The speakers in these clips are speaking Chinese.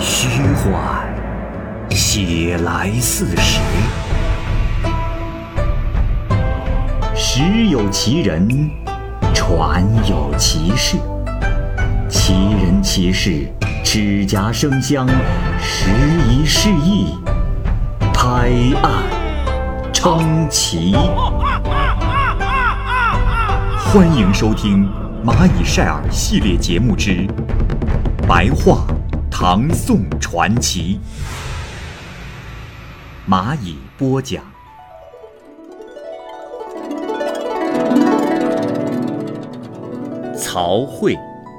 虚幻，写来似实。实有其人，传有其事。其人其事，指甲生香，时移世易，拍案称奇。欢迎收听蚂蚁晒尔系列节目之白话唐宋传奇。蚂蚁播讲。曹慧。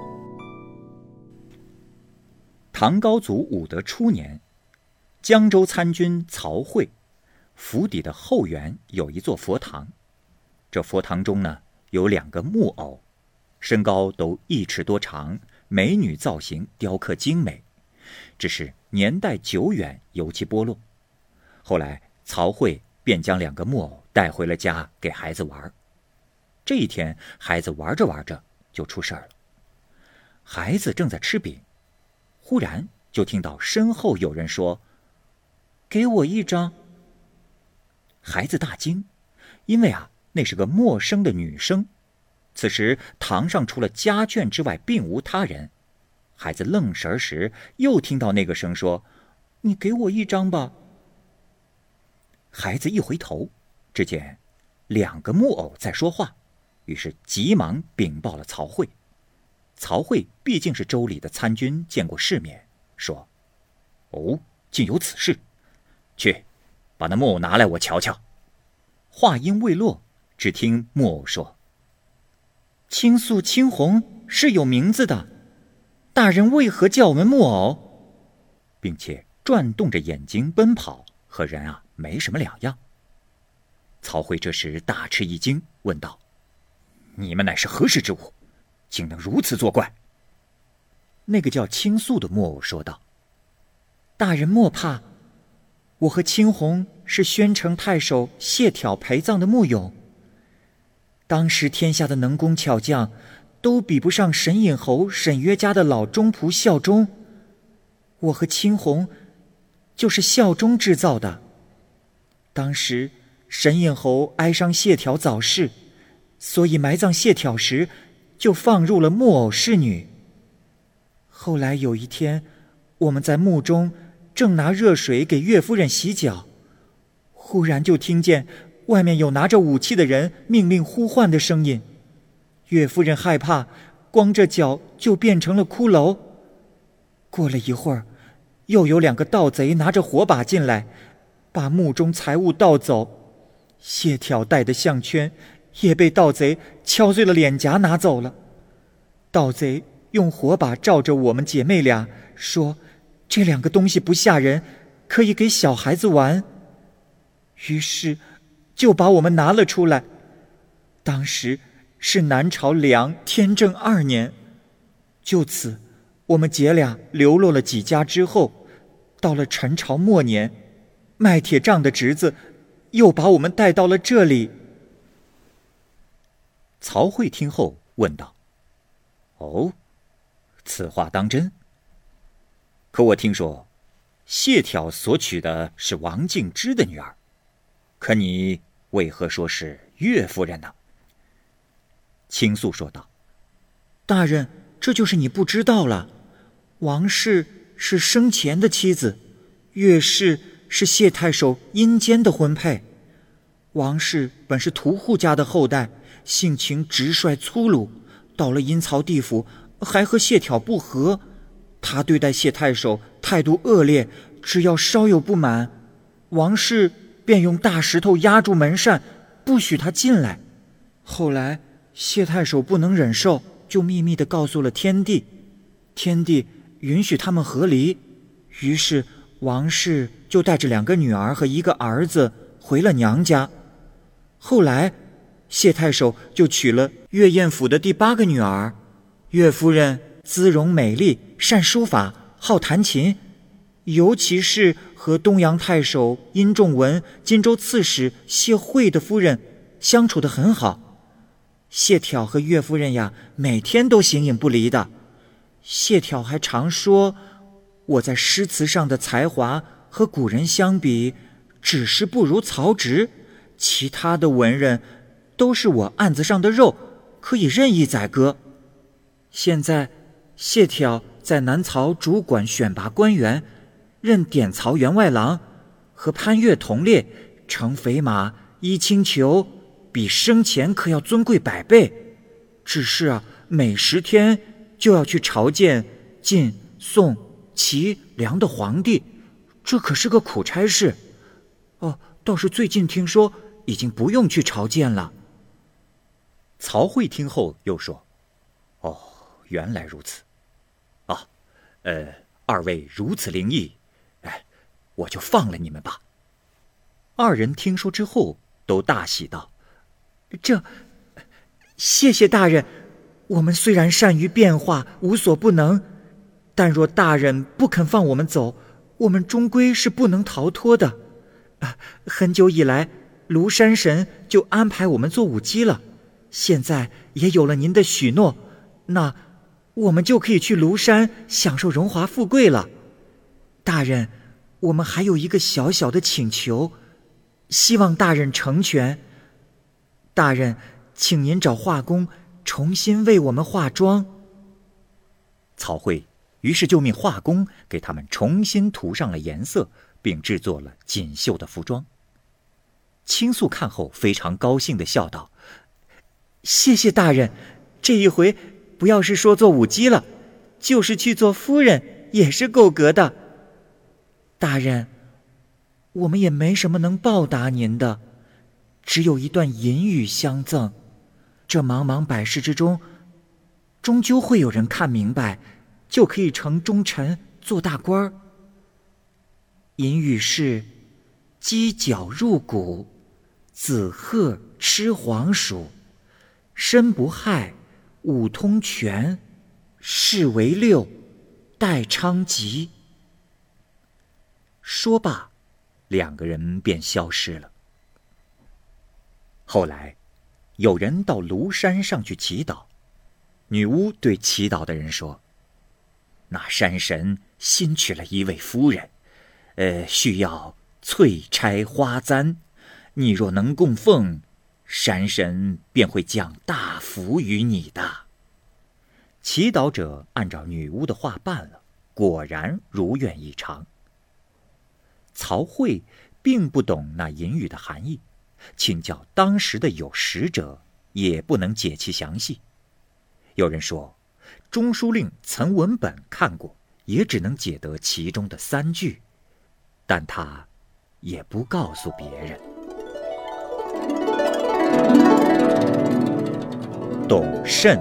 唐高祖武德初年，江州参军曹慧府邸的后园有一座佛堂，这佛堂中呢有2个木偶，身高都1尺多长，美女造型，雕刻精美，只是年代久远，油漆剥落。后来曹慧便将2个木偶带回了家给孩子玩。这一天，孩子玩着玩着就出事儿了。孩子正在吃饼，忽然就听到身后有人说：“给我1张。”孩子大惊，因为那是个陌生的女声。此时堂上除了家眷之外并无他人。孩子愣神时，又听到那个声说：“你给我1张吧。”孩子一回头，只见2个木偶在说话，于是急忙禀报了曹慧。曹慧毕竟是州里的参军，见过世面，说：“哦，竟有此事，去，把那木偶拿来，我瞧瞧。”话音未落，只听木偶说：“青素、青红是有名字的，大人为何叫我们木偶？”并且转动着眼睛奔跑，和人没什么两样。曹慧这时大吃一惊，问道：“你们乃是何世之物，竟能如此作怪？”那个叫青素的木偶说道：“大人莫怕，我和青红是宣城太守谢挑陪葬的木俑。当时天下的能工巧匠都比不上沈尹侯沈约家的老中仆孝忠，我和青红就是孝忠制造的。当时沈尹侯哀伤谢挑早逝，所以埋葬谢挑时就放入了木偶侍女。后来有一天，我们在墓中正拿热水给岳夫人洗脚，忽然就听见外面有拿着武器的人命令呼唤的声音。岳夫人害怕，光着脚就变成了骷髅。过了一会儿，又有2个盗贼拿着火把进来，把墓中财物盗走。谢挑戴的项圈也被盗贼敲碎了脸颊拿走了。盗贼用火把照着我们姐妹俩，说这2个东西不吓人，可以给小孩子玩。于是就把我们拿了出来。当时是南朝梁天正2年，就此我们姐俩流落了几家之后，到了陈朝末年，卖铁匠的侄子又把我们带到了这里。曹慧听后问道：“哦，此话当真？可我听说谢挑所娶的是王敬之的女儿，可你为何说是岳夫人呢？”青素说道：“大人，这就是你不知道了。王氏是生前的妻子，岳氏是谢太守阴间的婚配。王氏本是屠户家的后代，性情直率粗鲁，到了阴曹地府还和谢挑不和。他对待谢太守态度恶劣，只要稍有不满，王氏便用大石头压住门扇，不许他进来。后来谢太守不能忍受，就秘密地告诉了天帝，天帝允许他们和离。于是王氏就带着2个女儿和1个儿子回了娘家。后来谢太守就娶了岳彦府的第8个女儿。岳夫人姿容美丽，善书法，好弹琴，尤其是和东阳太守殷仲文、荆州刺史谢惠的夫人相处得很好。谢挑和岳夫人呀，每天都形影不离的。谢挑还常说， 我在诗词上的才华和古人相比，只是不如曹植，其他的文人都是我案子上的肉，可以任意宰割。现在谢朓在南曹主管选拔官员，任典曹员外郎，和潘岳同列，乘肥马，衣轻裘，比生前可要尊贵100倍。只是每10天就要去朝见晋、宋、齐、梁的皇帝，这可是个苦差事。倒是最近听说已经不用去朝见了。 曹卉听后又说：“哦，原来如此。二位如此灵异，我就放了你们吧。”二人听说之后都大喜道：“ 谢谢大人，我们虽然善于变化，无所不能，但若大人不肯放我们走，我们终归是不能逃脱的。很久以来，庐山神就安排我们做舞姬了，现在也有了您的许诺，那我们就可以去庐山享受荣华富贵了。大人，我们还有一个小小的请求，希望大人成全。大人，请您找画工重新为我们化妆。” 曹卉于是就命画工给他们重新涂上了颜色，并制作了锦绣的服装。青素看后非常高兴地笑道：“ 谢谢大人，这一回不要是说做舞姬了，就是去做夫人也是够格的。大人，我们也没什么能报答您的，只有一段银语相赠。这茫茫百世之中，终究会有人看明白，就可以成忠臣做大官。银语是：鸡脚入骨，子鹤吃黄黍，身不害，五通全，世为六，代昌吉。” 说罢，两个人便消失了。后来有人到庐山上去祈祷，女巫对祈祷的人说：“那山神新娶了一位夫人，需要翠钗花簪，你若能供奉，山神便会降大福于你的。”祈祷者按照女巫的话办了，果然如愿以偿。曹卉并不懂那隐语的含义，请教当时的有识者，也不能解其详细。有人说，中书令岑文本看过，也只能解得其中的3句，但他也不告诉别人。董慎。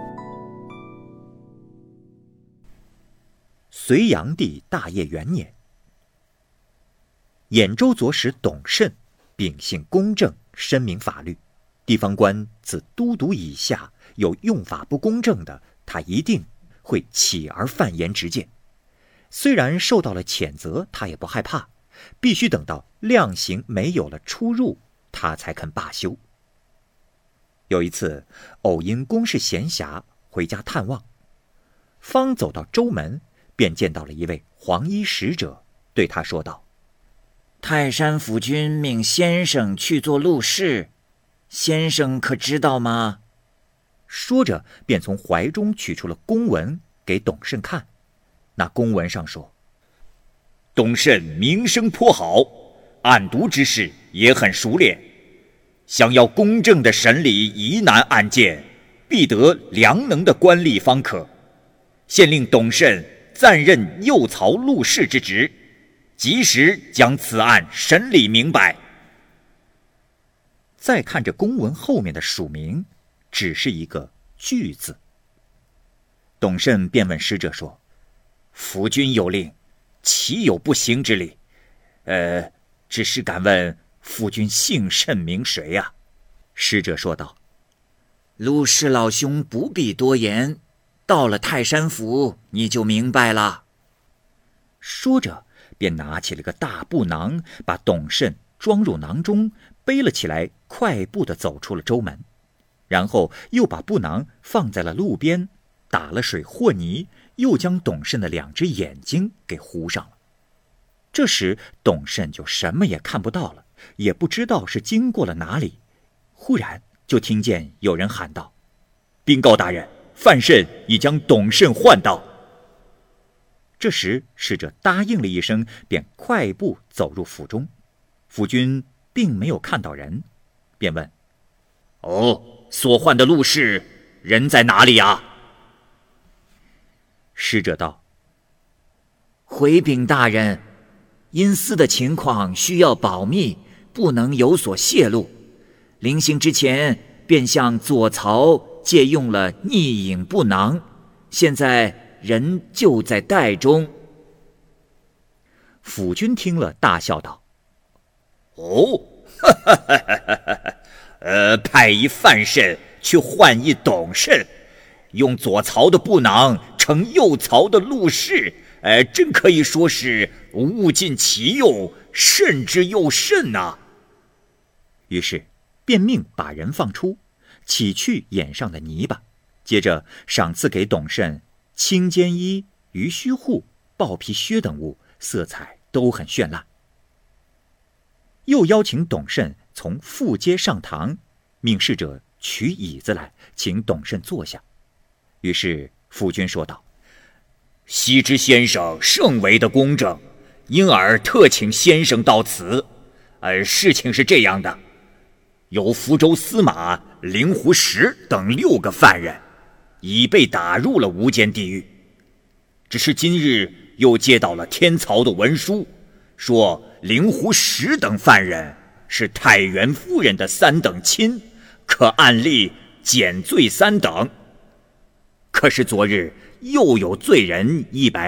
隋炀帝大业元年，兖州左使董慎秉性公正，深明法律，地方官自都督以下有用法不公正的，他一定会起而犯言直谏。虽然受到了谴责，他也不害怕，必须等到量刑没有了出入，他才肯罢休。有一次，偶因公事闲暇回家探望，方走到州门，便见到了一位黄衣使者，对他说道：“ 泰山府君命先生去做录事，先生可知道吗？” 说着便从怀中取出了公文给董慎看。那公文上说：“董慎名声颇好，案牍之事也很熟练，想要公正的审理疑难案件，必得良能的官吏方可。现令董慎暂任右曹录事之职，及时将此案审理明白。”再看这公文后面的署名，只是一个巨字。董慎便问使者说：“夫君有令，岂有不行之理？只是敢问夫君姓甚名谁啊？”使者说道：“ 陆氏老兄不必多言，到了泰山府你就明白了。” 说着便拿起了个大布囊，把董慎装入囊中，背了起来，快步地走出了州门，然后又把布囊放在了路边，打了水和泥， 又将董慎的2只眼睛给糊上了。这时董慎就什么也看不到了，也不知道是经过了哪里。忽然就听见有人喊道：“禀告大人，范慎已将董慎唤到。”这时使者答应了一声，便快步走入府中。府君并没有看到人，便问：“所唤的陆氏人在哪里呀？”使者道：“ 回禀大人，因私的情况需要保密，不能有所泄露。临行之前便向左曹借用了逆影布囊，现在人就在袋中。” 府君听了大笑道：“派一范慎去换一董慎，用左曹的布囊成右曹的陆氏，真可以说是物尽其用，慎之又慎啊。”于是便命把人放出，洗去眼上的泥巴，接着赏赐给董慎青肩衣、鱼须护、豹皮靴等物，色彩都很绚烂。又邀请董慎从副阶上堂，命侍者取椅子来，请董慎坐下。于是府君说道：“羲之先生甚为的公正，因而特请先生到此。事情是这样的，有福州司马灵狐石等6个犯人，已被打入了无间地狱。只是今日又接到了天曹的文书，说灵狐石等犯人是太原夫人的3等亲，可按例减罪3等。可是昨日又有罪人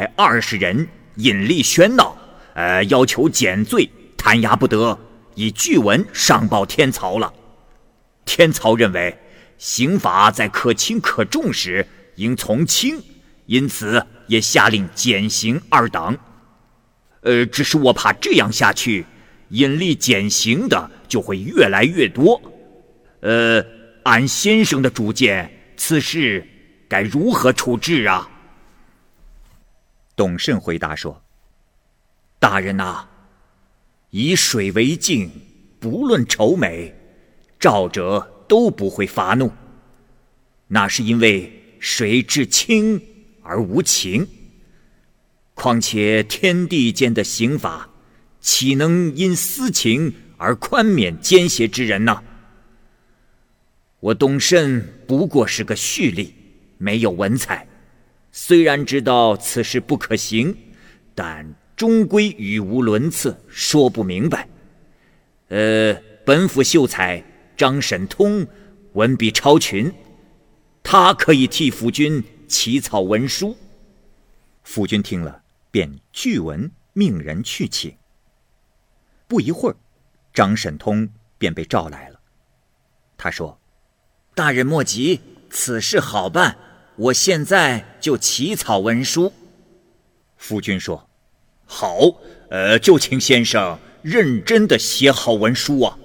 120人引力喧闹，要求减罪，弹压不得，以据文上报天曹了。天曹认为刑罚在可轻可重时应从轻，因此也下令减刑2等。只是我怕这样下去，引力减刑的就会越来越多。按先生的主见，此事该如何处置啊？”董慎回答说：“大人啊，以水为镜，不论丑美，照者都不会发怒。那是因为水至清而无情。况且天地间的刑罚，岂能因私情而宽免奸邪之人呢？我董慎不过是个蓄力，没有文采，虽然知道此事不可行，但终归语无伦次，说不明白。本府秀才张沈通文笔超群，他可以替府君起草文书。”府君听了，便据文命人去请。不一会儿，张沈通便被召来了。他说：“ 大人莫急，此事好办，我现在就起草文书。” 府君说：“好，就请先生认真地写好文书啊。”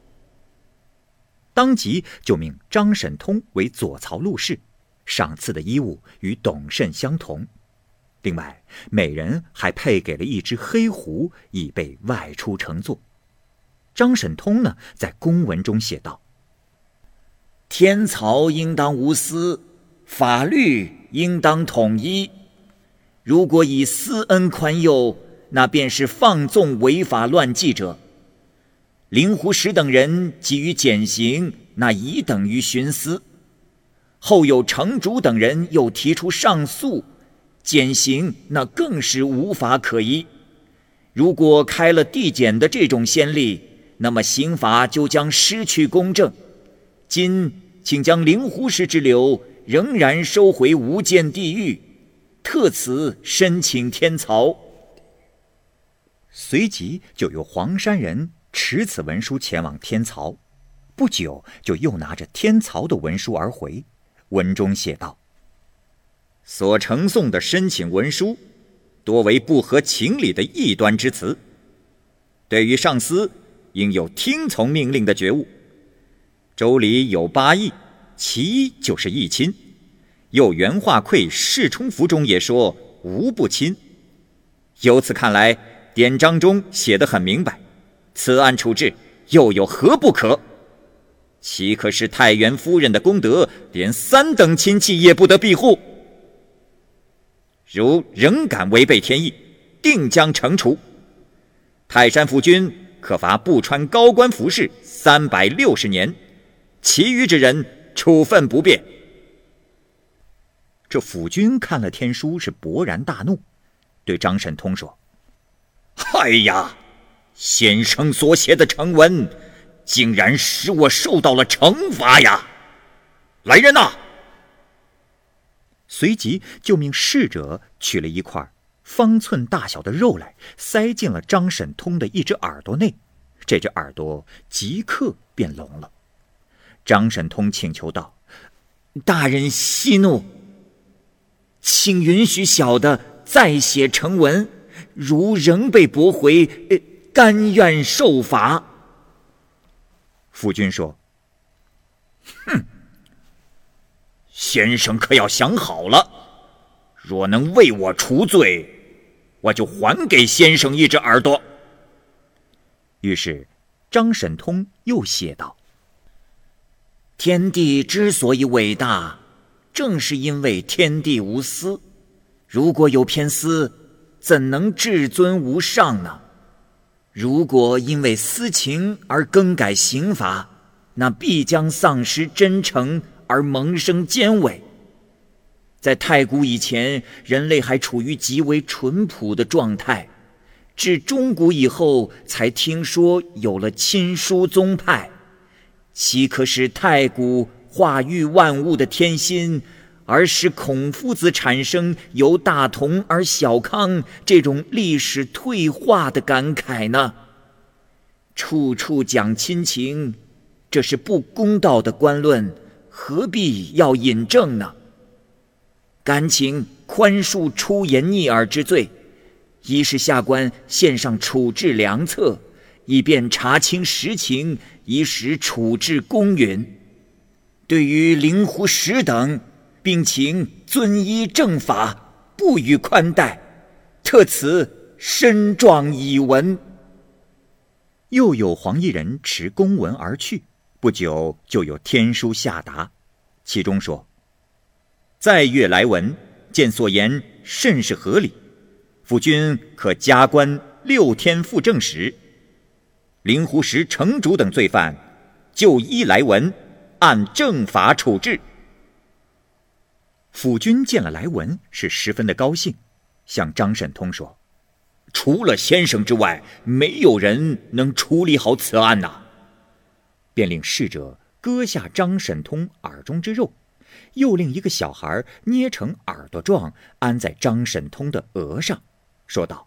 当即就命张沈通为左曹陆氏，赏赐的衣物与董慎相同。另外，每人还配给了1只黑狐，以备外出乘坐。张沈通呢，在公文中写道：“ 天曹应当无私，法律应当统一。如果以私恩宽宥，那便是放纵违法乱纪者。灵狐石等人给予减刑，那已等于徇私。后有城主等人又提出上诉，减刑那更是无法可依。如果开了递减的这种先例，那么刑罚就将失去公正。今请将灵狐石之流仍然收回无间地狱，特此申请天曹。” 随即就由黄山人持此文书前往天曹，不久就又拿着天曹的文书而回。文中写道：“所呈送的申请文书，多为不合情理的异端之词。对于上司，应有听从命令的觉悟。周礼有8义，其一就是义亲， 又袁化馈、释冲符中也说无不亲。由此看来，典章中写得很明白，此案处置又有何不可？岂可是太原夫人的功德，连3等亲戚也不得庇护？如仍敢违背天意，定将惩处。泰山府君可罚不穿高官服饰360年，其余之人处分不变。这府君看了天书，是勃然大怒，对张神通说：“哎呀，先生所写的呈文，竟然使我受到了惩罚呀！来人呐！”随即就命侍者取了一块方寸大小的肉来，塞进了张沈通的一只耳朵内，这只耳朵即刻便聋了。张沈通请求道：“ 大人息怒，请允许小的再写呈文，如仍被驳回，甘愿受罚。” 府君说：“哼，先生可要想好了，若能为我除罪，我就还给先生一只耳朵。”于是张沈通又写道：“ 天地之所以伟大，正是因为天地无私。如果有偏私，怎能至尊无上呢？如果因为私情而更改刑罚，那必将丧失真诚而萌生奸伪。在太古以前，人类还处于极为淳朴的状态，至中古以后才听说有了亲疏宗派，岂可使太古化育万物的天心，而使孔夫子产生由大同而小康这种历史退化的感慨呢？处处讲亲情，这是不公道的官论，何必要引证呢？甘请宽恕出言逆耳之罪，一是下官献上处置良策，以便查清实情，以使处置公允。对于灵狐石等，并请遵依正法，不予宽待，特此身状以闻。 又有黄衣人持公文而去，不久就有天书下达，其中说：“在阅来文，见所言甚是合理，府君可加官6天副正使。灵狐石、城主等罪犯，就依来文，按正法处置。”府君见了来文，是十分的高兴，向张沈通说：“除了先生之外，没有人能处理好此案呐。”便令侍者割下张沈通耳中之肉，又令一个小孩捏成耳朵状，安在张沈通的额上，说道：“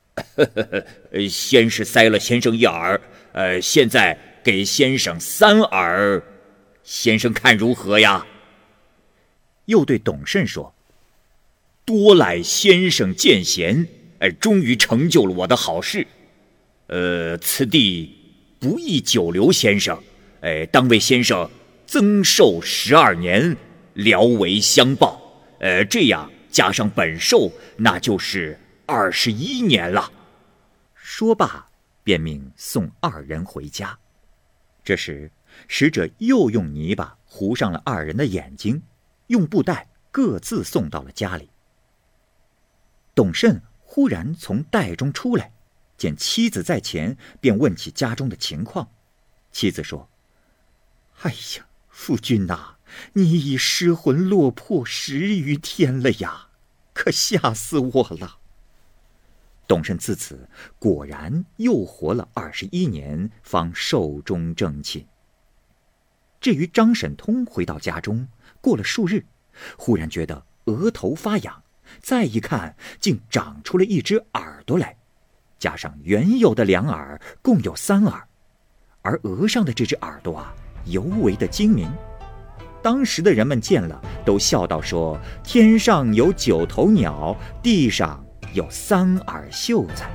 先是塞了先生一耳，现在给先生3耳，先生看如何呀？”又对董慎说：“多赖先生见贤，终于成就了我的好事。此地不宜久留先生，当为先生增寿12年，聊为相报。这样加上本寿，那就是21年了。”说罢，便命送2人回家。这时，使者又用泥巴糊上了2人的眼睛，用布袋各自送到了家里。董慎忽然从袋中出来，见妻子在前，便问起家中的情况。妻子说：“哎呀，夫君呐，你已失魂落魄10余天了呀，可吓死我了。”董慎自此果然又活了21年，方寿终正寝。至于张沈通回到家中，过了数日，忽然觉得额头发痒，再一看，竟长出了一只耳朵来，加上原有的2耳，共有3耳。而额上的这只耳朵啊，尤为的精明。当时的人们见了，都笑道说：“天上有9头鸟，地上有3耳秀才。”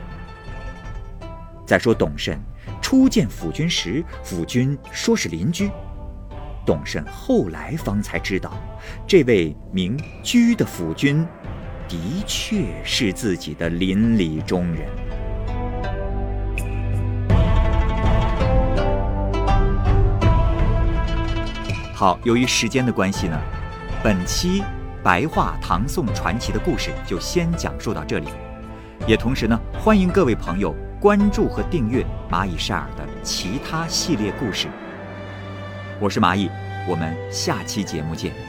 再说董慎初见府君时，府君说是邻居， 董慎后来方才知道，这位名居的府君的确是自己的邻里中人。好，由于时间的关系呢，本期白话唐宋传奇的故事就先讲述到这里。也同时呢，欢迎各位朋友关注和订阅蚂蚁晒尔的其他系列故事。我是蚂蚁，我们下期节目见。